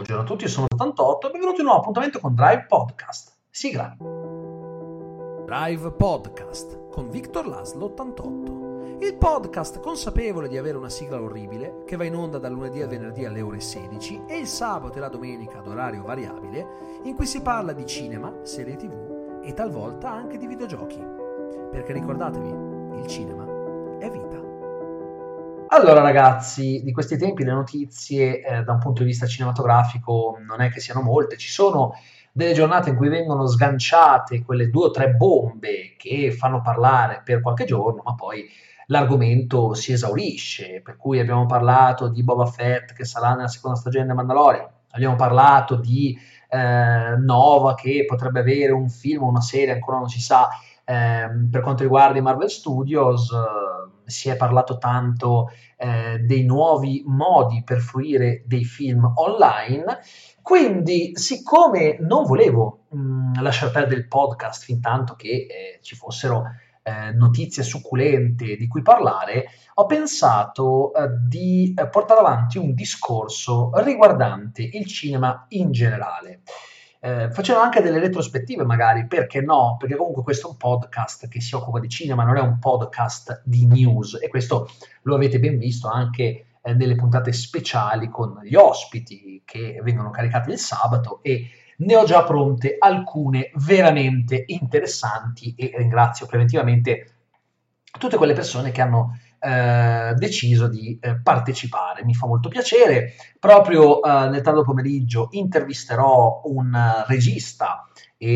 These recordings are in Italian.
Buongiorno a tutti, io sono 88 e benvenuti in un nuovo appuntamento con Drive Podcast. Sigla. Drive Podcast con Victor Laszlo 88. Il podcast consapevole di avere una sigla orribile che va in onda dal lunedì al venerdì alle ore 16 e il sabato e la domenica ad orario variabile, in cui si parla di cinema, serie TV e talvolta anche di videogiochi. Perché ricordatevi, il cinema è vita. Allora ragazzi, di questi tempi le notizie da un punto di vista cinematografico non è che siano molte, ci sono delle giornate in cui vengono sganciate quelle 2 o 3 bombe che fanno parlare per qualche giorno, ma poi l'argomento si esaurisce, per cui abbiamo parlato di Boba Fett che sarà nella seconda stagione di Mandalorian, abbiamo parlato di Nova che potrebbe avere un film o una serie, ancora non si sa, per quanto riguarda i Marvel Studios. Si è parlato tanto dei nuovi modi per fruire dei film online, quindi siccome non volevo lasciar perdere il podcast fin tanto che ci fossero notizie succulente di cui parlare, ho pensato di portare avanti un discorso riguardante il cinema in generale. Facendo anche delle retrospettive magari, perché no? Perché comunque questo è un podcast che si occupa di cinema, non è un podcast di news, e questo lo avete ben visto anche nelle puntate speciali con gli ospiti che vengono caricati il sabato, e ne ho già pronte alcune veramente interessanti e ringrazio preventivamente tutte quelle persone che hanno deciso di partecipare. Mi fa molto piacere. Proprio nel tardo pomeriggio intervisterò un regista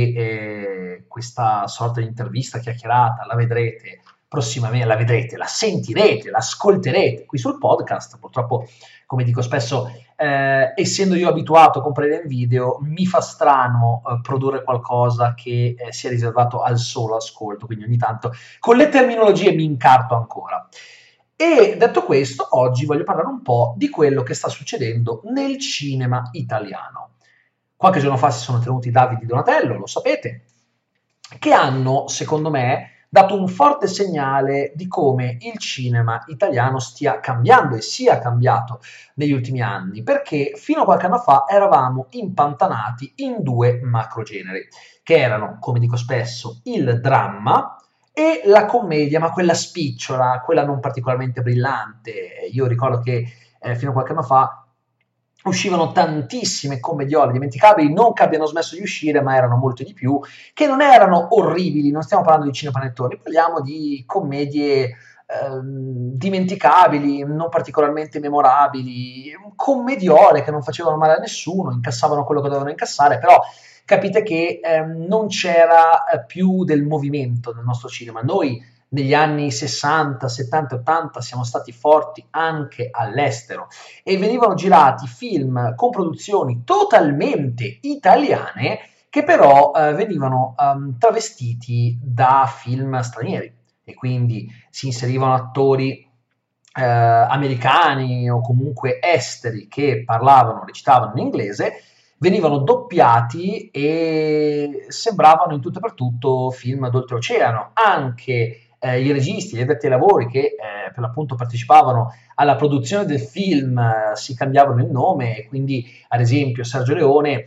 e questa sorta di intervista chiacchierata la vedrete prossimamente, la sentirete, la ascolterete qui sul podcast. Purtroppo, come dico spesso, essendo io abituato a comprare in video, mi fa strano produrre qualcosa che sia riservato al solo ascolto, quindi ogni tanto con le terminologie mi incarto ancora. E detto questo, oggi voglio parlare un po' di quello che sta succedendo nel cinema italiano. Qualche giorno fa si sono tenuti Davide Donatello, lo sapete, che hanno, secondo me, dato un forte segnale di come il cinema italiano stia cambiando e sia cambiato negli ultimi anni, perché fino a qualche anno fa eravamo impantanati in 2 macrogeneri, che erano, come dico spesso, il dramma e la commedia, ma quella spicciola, quella non particolarmente brillante. Io ricordo che fino a qualche anno fa uscivano tantissime commediole dimenticabili, non che abbiano smesso di uscire, ma erano molto di più, che non erano orribili, non stiamo parlando di cinepanettoni, parliamo di commedie dimenticabili, non particolarmente memorabili, commediole che non facevano male a nessuno, incassavano quello che dovevano incassare, però capite che non c'era più del movimento nel nostro cinema. Noi negli anni 60, 70, 80 siamo stati forti anche all'estero e venivano girati film con produzioni totalmente italiane che però venivano travestiti da film stranieri, e quindi si inserivano attori americani o comunque esteri che parlavano, recitavano in inglese, venivano doppiati e sembravano in tutto e per tutto film d'oltreoceano. Anche i registi, gli addetti ai lavori che per l'appunto partecipavano alla produzione del film si cambiavano il nome, e quindi ad esempio Sergio Leone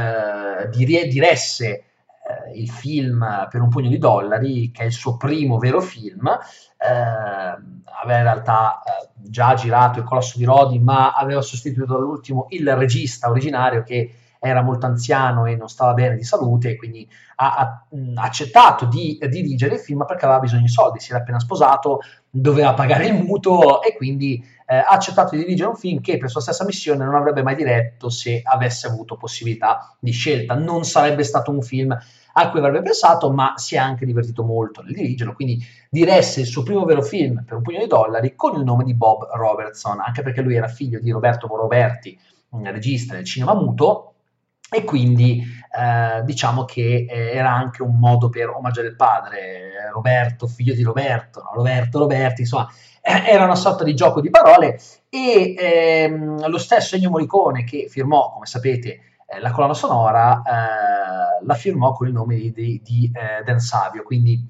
diresse il film Per un pugno di dollari, che è il suo primo vero film. Aveva in realtà già girato Il Colosso di Rodi, ma aveva sostituito all'ultimo il regista originario che era molto anziano e non stava bene di salute, e quindi ha accettato di dirigere il film perché aveva bisogno di soldi, si era appena sposato, doveva pagare il mutuo e quindi ha accettato di dirigere un film che per sua stessa missione non avrebbe mai diretto se avesse avuto possibilità di scelta. Non sarebbe stato un film a cui avrebbe pensato, ma si è anche divertito molto nel dirigerlo, quindi diresse il suo primo vero film Per un pugno di dollari con il nome di Bob Robertson, anche perché lui era figlio di Roberto Roberti, un regista del cinema muto, e quindi diciamo che era anche un modo per omaggiare il padre, Roberto, figlio di Roberto, no? Roberto Roberti, insomma, era una sorta di gioco di parole. E lo stesso Ennio Morricone, che firmò, come sapete, la colonna sonora, la firmò con il nome di Dan Savio, quindi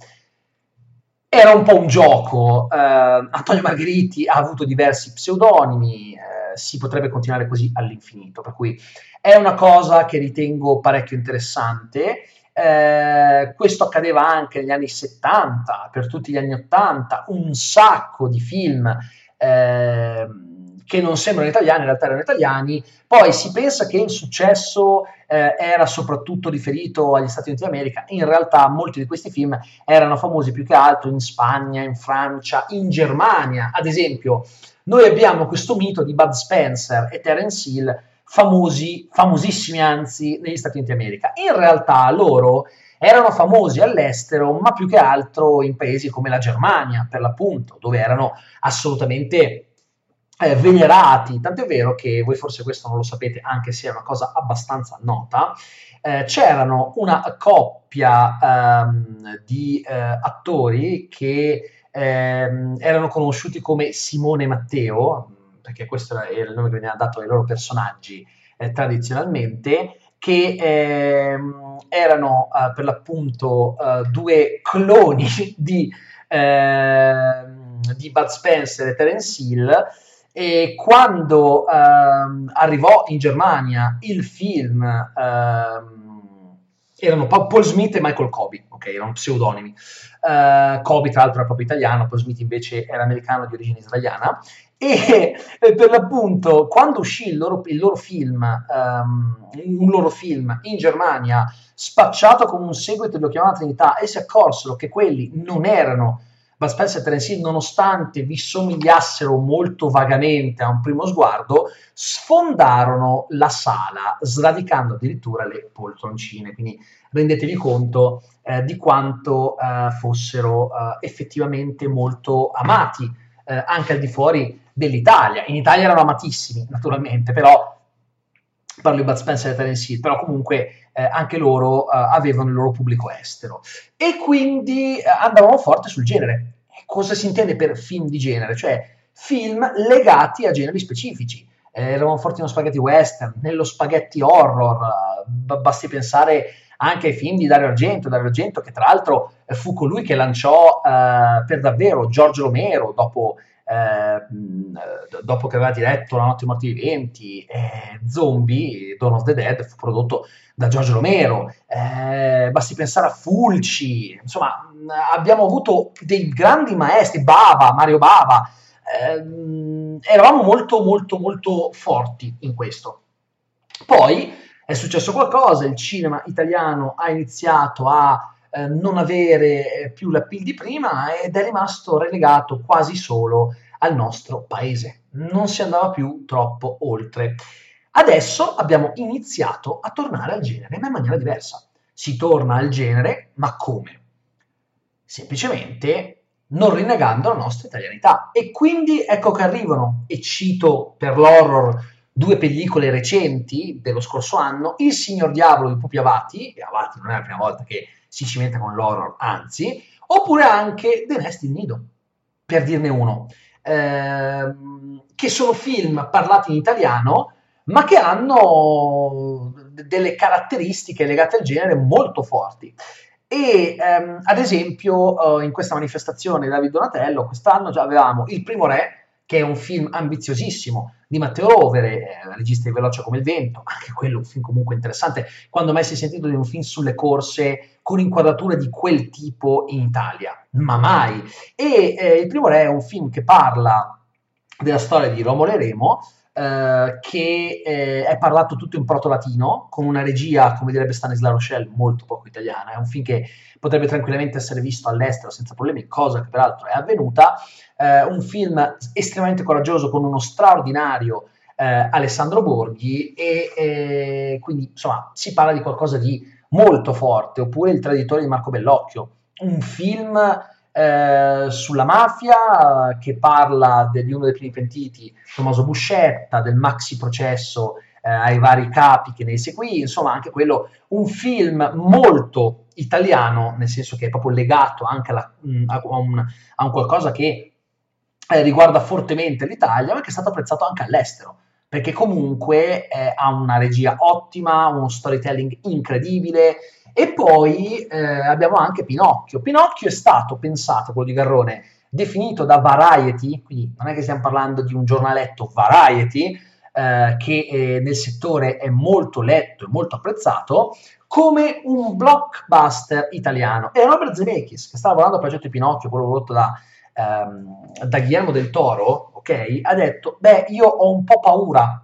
era un po' un gioco. Antonio Margheriti ha avuto diversi pseudonimi, si potrebbe continuare così all'infinito, per cui è una cosa che ritengo parecchio interessante. Questo accadeva anche negli anni 70, per tutti gli anni 80, un sacco di film che non sembrano italiani, in realtà erano italiani. Poi si pensa che il successo era soprattutto riferito agli Stati Uniti d'America. In realtà molti di questi film erano famosi più che altro in Spagna, in Francia, in Germania. Ad esempio, noi abbiamo questo mito di Bud Spencer e Terence Hill, famosissimi anzi negli Stati Uniti d'America. In realtà loro erano famosi all'estero, ma più che altro in paesi come la Germania, per l'appunto, dove erano assolutamente venerati. Tant'è vero che voi forse questo non lo sapete, anche se è una cosa abbastanza nota. C'erano una coppia di attori che erano conosciuti come Simone e Matteo, perché questo era il nome che veniva dato ai loro personaggi tradizionalmente, che erano per l'appunto due cloni di Bud Spencer e Terence Hill. E quando arrivò in Germania il film, erano Paul Smith e Michael Coby, ok, erano pseudonimi. Coby tra l'altro era proprio italiano, Paul Smith invece era americano di origine israeliana. E per l'appunto quando uscì un loro film in Germania, spacciato come un seguito di Lo chiamava Trinità, e si accorsero che quelli non erano Bud Spencer e Terence Hill, nonostante vi somigliassero molto vagamente a un primo sguardo, sfondarono la sala, sradicando addirittura le poltroncine. Quindi rendetevi conto di quanto fossero effettivamente molto amati anche al di fuori dell'Italia. In Italia erano amatissimi, naturalmente, però parlo di Bud Spencer e Terence Hill, però comunque anche loro avevano il loro pubblico estero, e quindi andavamo forte sul genere. Cosa si intende per film di genere? Cioè film legati a generi specifici. Eravamo forti nello spaghetti western, nello spaghetti horror, basti pensare anche ai film di Dario Argento, che tra l'altro fu colui che lanciò per davvero Giorgio Romero dopo che aveva diretto La notte dei morti viventi. Zombie, Dawn of the Dead, fu prodotto da Giorgio Romero. Basti pensare a Fulci. Insomma, abbiamo avuto dei grandi maestri, Mario Bava. Eravamo molto molto molto forti in questo. Poi è successo qualcosa, il cinema italiano ha iniziato a non avere più l'appeal di prima ed è rimasto relegato quasi solo al nostro paese. Non si andava più troppo oltre. Adesso abbiamo iniziato a tornare al genere, ma in maniera diversa. Si torna al genere, ma come? Semplicemente non rinnegando la nostra italianità. E quindi ecco che arrivano, e cito per l'horror due pellicole recenti dello scorso anno, Il Signor Diavolo di Pupi Avati, e Avati non è la prima volta che si cimenta con l'horror, anzi, oppure anche The Nest in Nido, per dirne uno, che sono film parlati in italiano, ma che hanno delle caratteristiche legate al genere molto forti. E ad esempio in questa manifestazione di David Donatello quest'anno già avevamo Il Primo Re, che è un film ambiziosissimo di Matteo Rovere, regista di Veloce come il vento, anche quello un film comunque interessante. Quando mai si è sentito di un film sulle corse con inquadrature di quel tipo in Italia? Ma mai! E Il Primo Re è un film che parla della storia di Romolo e Remo, che è parlato tutto in proto-latino, con una regia, come direbbe Stanislas Rochelle, molto poco italiana. È un film che potrebbe tranquillamente essere visto all'estero senza problemi, cosa che peraltro è avvenuta. Un film estremamente coraggioso con uno straordinario Alessandro Borghi, e quindi insomma si parla di qualcosa di molto forte. Oppure Il Traditore di Marco Bellocchio, un film sulla mafia che parla di uno dei primi pentiti, Tommaso Buscetta, del maxi processo ai vari capi che ne seguì. Insomma, anche quello un film molto italiano, nel senso che è proprio legato anche a un qualcosa che riguarda fortemente l'Italia, ma che è stato apprezzato anche all'estero, perché comunque ha una regia ottima, uno storytelling incredibile. E poi abbiamo anche Pinocchio. Pinocchio è stato pensato, quello di Garrone, definito da Variety, quindi non è che stiamo parlando di un giornaletto, Variety, che nel settore è molto letto e molto apprezzato, come un blockbuster italiano. E Robert Zemeckis, che stava lavorando al progetto Pinocchio, quello prodotto da Guillermo del Toro, ok, ha detto, beh, io ho un po' paura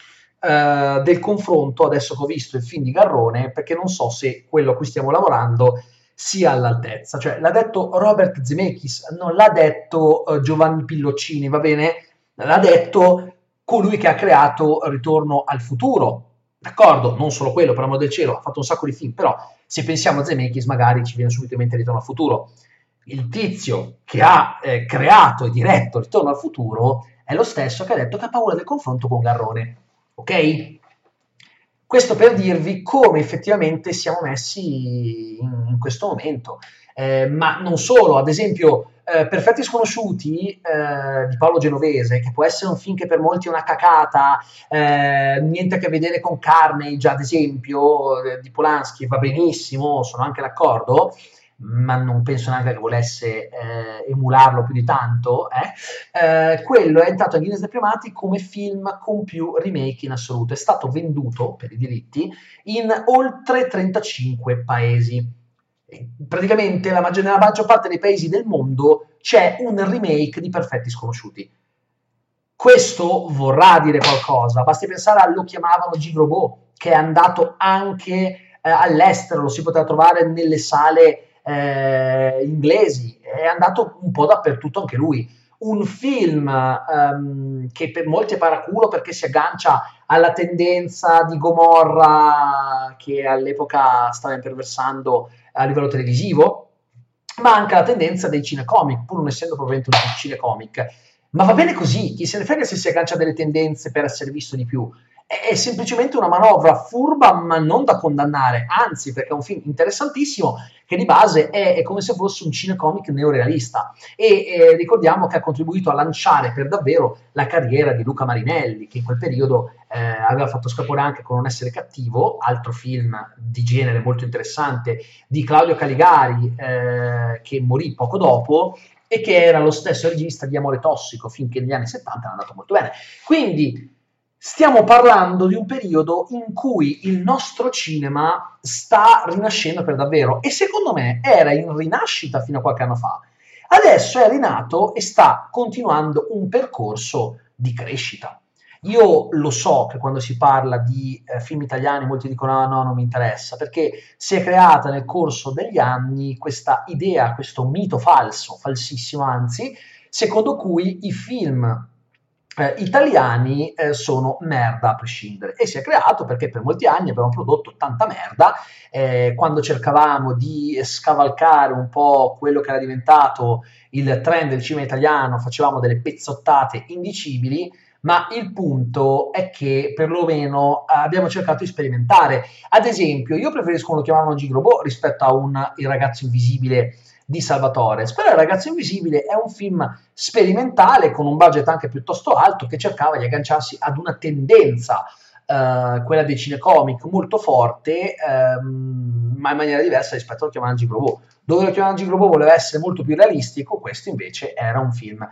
del confronto adesso che ho visto il film di Garrone, perché non so se quello a cui stiamo lavorando sia all'altezza. Cioè, l'ha detto Robert Zemeckis, non l'ha detto Giovanni Pilloccini, va bene? L'ha detto colui che ha creato Ritorno al futuro. D'accordo, non solo quello, per amor del cielo, ha fatto un sacco di film, però se pensiamo a Zemeckis magari ci viene subito in mente Ritorno al futuro. Il tizio che ha creato e diretto Ritorno al futuro è lo stesso che ha detto che ha paura del confronto con Garrone. Ok? Questo per dirvi come effettivamente siamo messi in questo momento. Ma non solo, ad esempio, Perfetti Sconosciuti di Paolo Genovese, che può essere un film che per molti è una cacata, niente a che vedere con Carnage, ad esempio, di Polanski, va benissimo, sono anche d'accordo, ma non penso neanche che volesse emularlo più di tanto, quello è entrato ai Guinness dei Primati come film con più remake in assoluto, è stato venduto per i diritti in oltre 35 paesi. Praticamente nella maggior parte dei paesi del mondo c'è un remake di Perfetti Sconosciuti. Questo vorrà dire qualcosa, basti pensare a Lo chiamavano Gigrobot, che è andato anche all'estero, lo si poteva trovare nelle sale inglesi, è andato un po' dappertutto anche lui. Un film che per molti è paraculo perché si aggancia alla tendenza di Gomorra che all'epoca stava imperversando a livello televisivo, ma anche alla tendenza dei cinecomic, pur non essendo probabilmente un cinecomic. Ma va bene così, chi se ne frega se si aggancia a delle tendenze per essere visto di più. È semplicemente una manovra furba, ma non da condannare, anzi, perché è un film interessantissimo che di base è come se fosse un cinecomic neorealista. E ricordiamo che ha contribuito a lanciare per davvero la carriera di Luca Marinelli, che in quel periodo aveva fatto scapore anche con Non essere cattivo, altro film di genere molto interessante, di Claudio Caligari, che morì poco dopo, e che era lo stesso regista di Amore Tossico, film che negli anni 70 era andato molto bene. Quindi stiamo parlando di un periodo in cui il nostro cinema sta rinascendo per davvero, e secondo me era in rinascita fino a qualche anno fa. Adesso è rinato e sta continuando un percorso di crescita. Io lo so che quando si parla di film italiani molti dicono no, non mi interessa, perché si è creata nel corso degli anni questa idea, questo mito falso, falsissimo anzi, secondo cui i film italiani sono merda a prescindere, e si è creato perché per molti anni abbiamo prodotto tanta merda, quando cercavamo di scavalcare un po' quello che era diventato il trend del cinema italiano facevamo delle pezzottate indicibili, ma il punto è che perlomeno abbiamo cercato di sperimentare. Ad esempio, io preferisco Lo chiamavano Gigrobot rispetto a Il ragazzo invisibile di Salvatore. Però Il ragazzo invisibile è un film sperimentale con un budget anche piuttosto alto che cercava di agganciarsi ad una tendenza, quella dei cinecomic, molto forte, ma in maniera diversa rispetto a Lo chiamavano Gigrobot. Dove Lo chiamavano Gigrobot voleva essere molto più realistico, questo invece era un film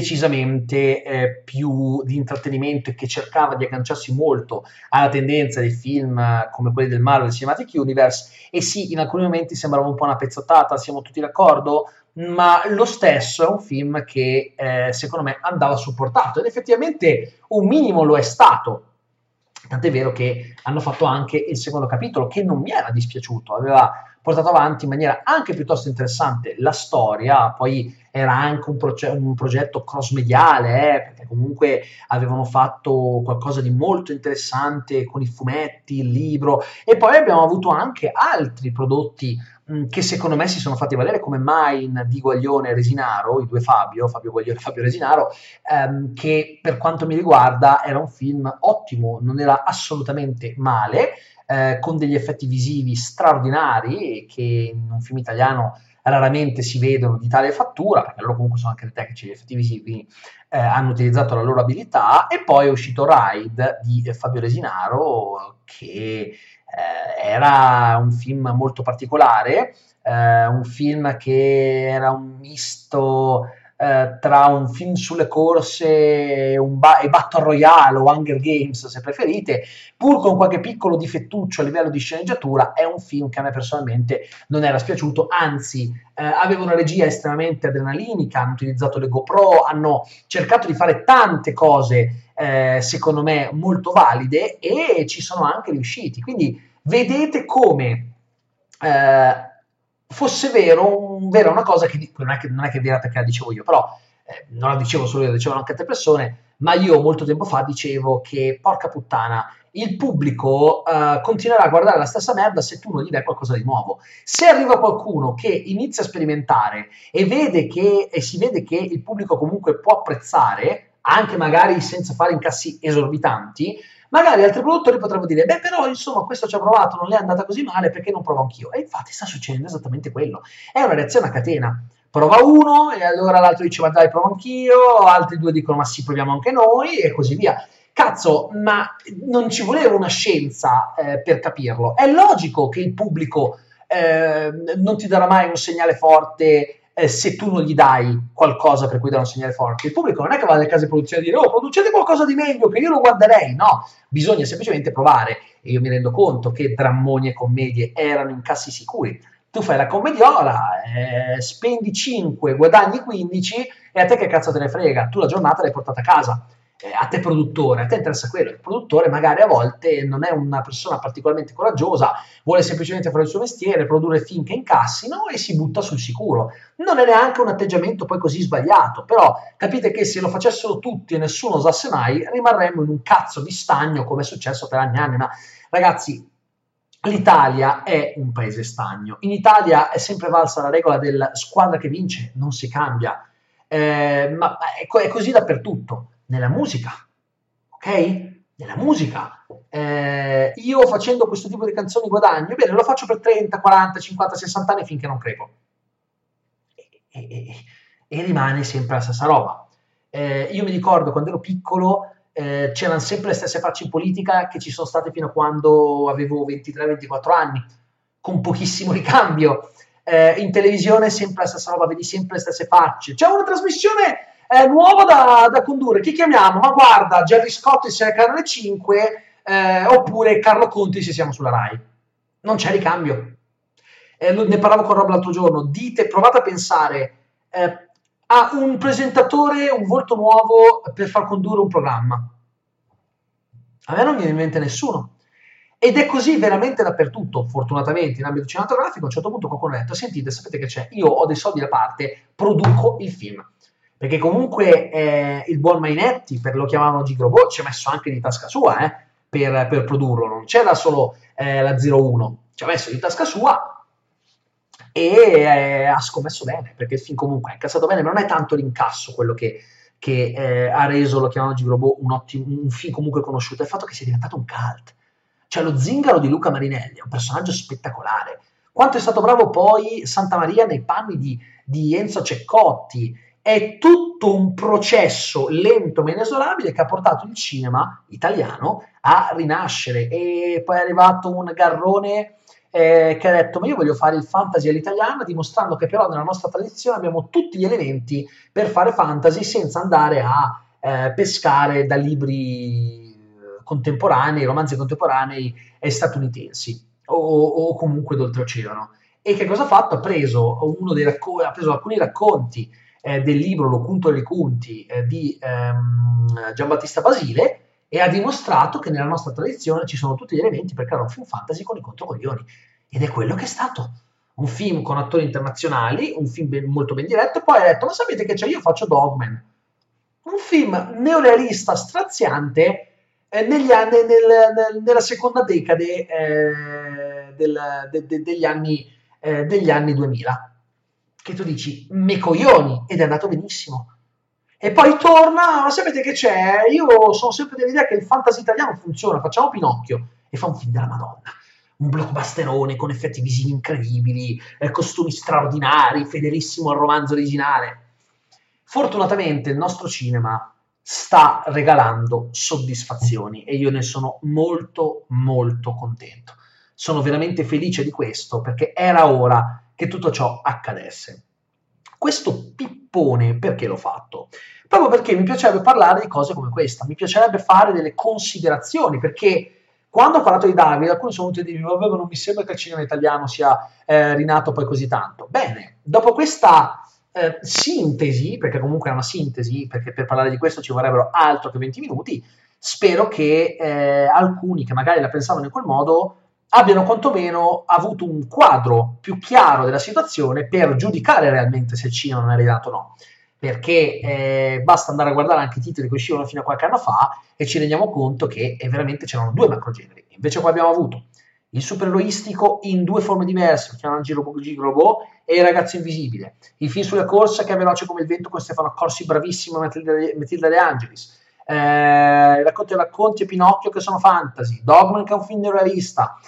decisamente più di intrattenimento e che cercava di agganciarsi molto alla tendenza dei film come quelli del Marvel Cinematic Universe. E sì, in alcuni momenti sembrava un po' una pezzottata, siamo tutti d'accordo, ma lo stesso è un film che secondo me andava supportato, ed effettivamente un minimo lo è stato. Tant'è vero che hanno fatto anche il secondo capitolo, che non mi era dispiaciuto, aveva portato avanti in maniera anche piuttosto interessante la storia, poi era anche un progetto cross-mediale, perché comunque avevano fatto qualcosa di molto interessante con i fumetti, il libro, e poi abbiamo avuto anche altri prodotti che secondo me si sono fatti valere, come Mine di Guaglione e Resinaro, i due Fabio Guaglione e Fabio Resinaro, che per quanto mi riguarda era un film ottimo, non era assolutamente male, con degli effetti visivi straordinari che in un film italiano raramente si vedono di tale fattura, perché loro comunque sono anche dei tecnici di effetti visivi, quindi hanno utilizzato la loro abilità. E poi è uscito Ride di Fabio Resinaro, che era un film molto particolare, un film che era un misto tra un film sulle corse e Battle Royale o Hunger Games, se preferite, pur con qualche piccolo difettuccio a livello di sceneggiatura, è un film che a me personalmente non era spiaciuto, anzi aveva una regia estremamente adrenalinica, hanno utilizzato le GoPro, hanno cercato di fare tante cose secondo me molto valide e ci sono anche riusciti, quindi vedete come fosse vera una cosa che non è che è vera perché la dicevo io, però non la dicevo solo io, la dicevano anche altre persone, ma io molto tempo fa dicevo che, porca puttana, il pubblico continuerà a guardare la stessa merda se tu non gli dai qualcosa di nuovo. Se arriva qualcuno che inizia a sperimentare e si vede che il pubblico comunque può apprezzare, anche magari senza fare incassi esorbitanti, magari altri produttori potrebbero dire, beh però insomma questo ci ha provato, non le è andata così male, perché non provo anch'io? E infatti sta succedendo esattamente quello, è una reazione a catena. Prova uno e allora l'altro dice ma dai provo anch'io, altri due dicono ma sì proviamo anche noi e così via. Cazzo, ma non ci voleva una scienza per capirlo. È logico che il pubblico non ti darà mai un segnale forte se tu non gli dai qualcosa per cui dare un segnale forte. Il pubblico non è che va nelle case di produzione a dire oh producete qualcosa di meglio che io lo guarderei, no, bisogna semplicemente provare e io mi rendo conto che drammoni e commedie erano incassi sicuri. Tu fai la commediola, spendi 5, guadagni 15 e a te che cazzo te ne frega, tu la giornata l'hai portata a casa. A te produttore, a te interessa quello, il produttore magari a volte non è una persona particolarmente coraggiosa, vuole semplicemente fare il suo mestiere, produrre film che incassino e si butta sul sicuro. Non è neanche un atteggiamento poi così sbagliato, però capite che se lo facessero tutti e nessuno osasse mai, rimarremmo in un cazzo di stagno come è successo per anni e anni, ma ragazzi, l'Italia è un paese stagno, in Italia è sempre valsa la regola del squadra che vince non si cambia, ma è così dappertutto. Nella musica, ok? Nella musica. Io facendo questo tipo di canzoni guadagno, bene, lo faccio per 30, 40, 50, 60 anni finché non crepo. E rimane sempre la stessa roba. Io mi ricordo quando ero piccolo c'erano sempre le stesse facce in politica che ci sono state fino a quando avevo 23-24 anni, con pochissimo ricambio. In televisione sempre la stessa roba, vedi sempre le stesse facce. C'è una trasmissione nuovo da condurre, chi chiamiamo? Ma guarda, Gerry Scotti se ne Canale 5 oppure Carlo Conti se siamo sulla Rai. Non c'è ricambio. Ne parlavo con Rob l'altro giorno. Provate a pensare a un presentatore, un volto nuovo per far condurre un programma. A me non viene in mente nessuno. Ed è così veramente dappertutto. Fortunatamente in ambito cinematografico a un certo punto qualcuno ha detto sentite, sapete che c'è? Io ho dei soldi da parte, produco il film. Perché comunque il buon Mainetti, lo chiamavano Gigrobot, ci ha messo anche di tasca sua per produrlo, non c'era solo la 01, ci ha messo di tasca sua e ha scommesso bene, perché il film comunque è incassato bene, ma non è tanto l'incasso quello che ha reso, lo chiamavano Gigrobot, un film comunque conosciuto, è il fatto che sia diventato un cult. Cioè lo zingaro di Luca Marinelli è un personaggio spettacolare. Quanto è stato bravo poi Santamaria nei panni di Enzo Ceccotti. È tutto un processo lento ma inesorabile che ha portato il cinema italiano a rinascere e poi è arrivato un Garrone che ha detto ma io voglio fare il fantasy all'italiana dimostrando che però nella nostra tradizione abbiamo tutti gli elementi per fare fantasy senza andare a pescare da libri contemporanei, romanzi contemporanei statunitensi o comunque d'oltreoceano. E che cosa ha fatto? Ha preso alcuni racconti del libro L'Ocunto dei Conti di Giambattista Basile e ha dimostrato che nella nostra tradizione ci sono tutti gli elementi per creare un film fantasy con i controcoglioni ed è quello che è stato un film con attori internazionali, un film molto ben diretto e poi ha detto ma sapete che c'è, io faccio Dogman, un film neorealista straziante nella seconda decade degli anni 2000 che tu dici me coglioni ed è andato benissimo e poi torna ma sapete che c'è, io sono sempre dell'idea che il fantasy italiano funziona, facciamo Pinocchio e fa un film della Madonna, un blockbusterone con effetti visivi incredibili, costumi straordinari, fedelissimo al romanzo originale. Fortunatamente il nostro cinema sta regalando soddisfazioni e io ne sono molto molto contento, sono veramente felice di questo perché era ora che tutto ciò accadesse. Questo impone perché l'ho fatto. Proprio perché mi piacerebbe parlare di cose come questa, mi piacerebbe fare delle considerazioni, perché quando ho parlato di Davide, alcuni sono venuti a dirmi, vabbè, ma non mi sembra che il cinema italiano sia rinato poi così tanto. Bene, dopo questa sintesi, perché comunque è una sintesi, perché per parlare di questo ci vorrebbero altro che 20 minuti, spero che alcuni che magari la pensavano in quel modo abbiano quantomeno avuto un quadro più chiaro della situazione per giudicare realmente se il cinema non è rinato o no. Perché basta andare a guardare anche i titoli che uscivano fino a qualche anno fa e ci rendiamo conto che veramente c'erano due macrogeneri. Invece qua abbiamo avuto il supereroistico in due forme diverse, si chiamano Gigrobot e il ragazzo invisibile, il film sulle corse che è veloce come il vento con Stefano Accorsi bravissimo e Matilda De Angelis, racconti e Pinocchio che sono fantasy, Dogman che è un film neorealista,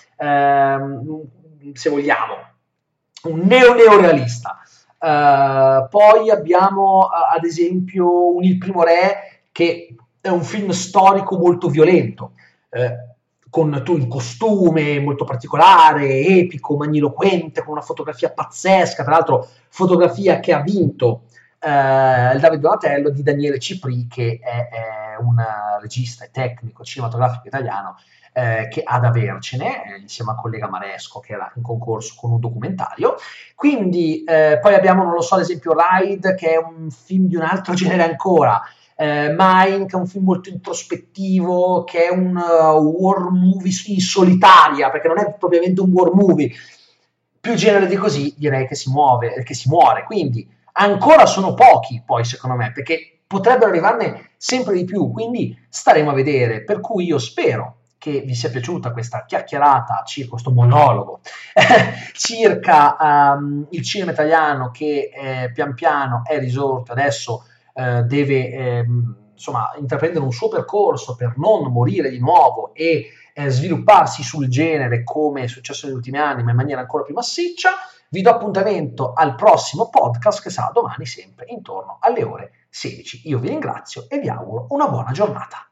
se vogliamo un neorealista. Poi abbiamo ad esempio Il primo re, che è un film storico molto violento, con tu in costume molto particolare, epico, magniloquente, con una fotografia pazzesca, tra l'altro fotografia che ha vinto il David Donatello di Daniele Cipri, che è un regista e tecnico cinematografico italiano che ha da avercene, insieme al collega Maresco che era in concorso con un documentario. Quindi poi abbiamo, non lo so, ad esempio Ride, che è un film di un altro genere ancora, Mine, che è un film molto introspettivo, che è un war movie in solitaria, perché non è propriamente un war movie, più genere di così direi che si muore, quindi ancora sono pochi poi secondo me, perché potrebbero arrivarne sempre di più, quindi staremo a vedere, per cui io spero che vi sia piaciuta questa chiacchierata, circa questo monologo, circa il cinema italiano che pian piano è risorto, adesso deve insomma intraprendere un suo percorso per non morire di nuovo e svilupparsi sul genere come è successo negli ultimi anni, ma in maniera ancora più massiccia. Vi do appuntamento al prossimo podcast che sarà domani sempre intorno alle ore 16. Io vi ringrazio e vi auguro una buona giornata.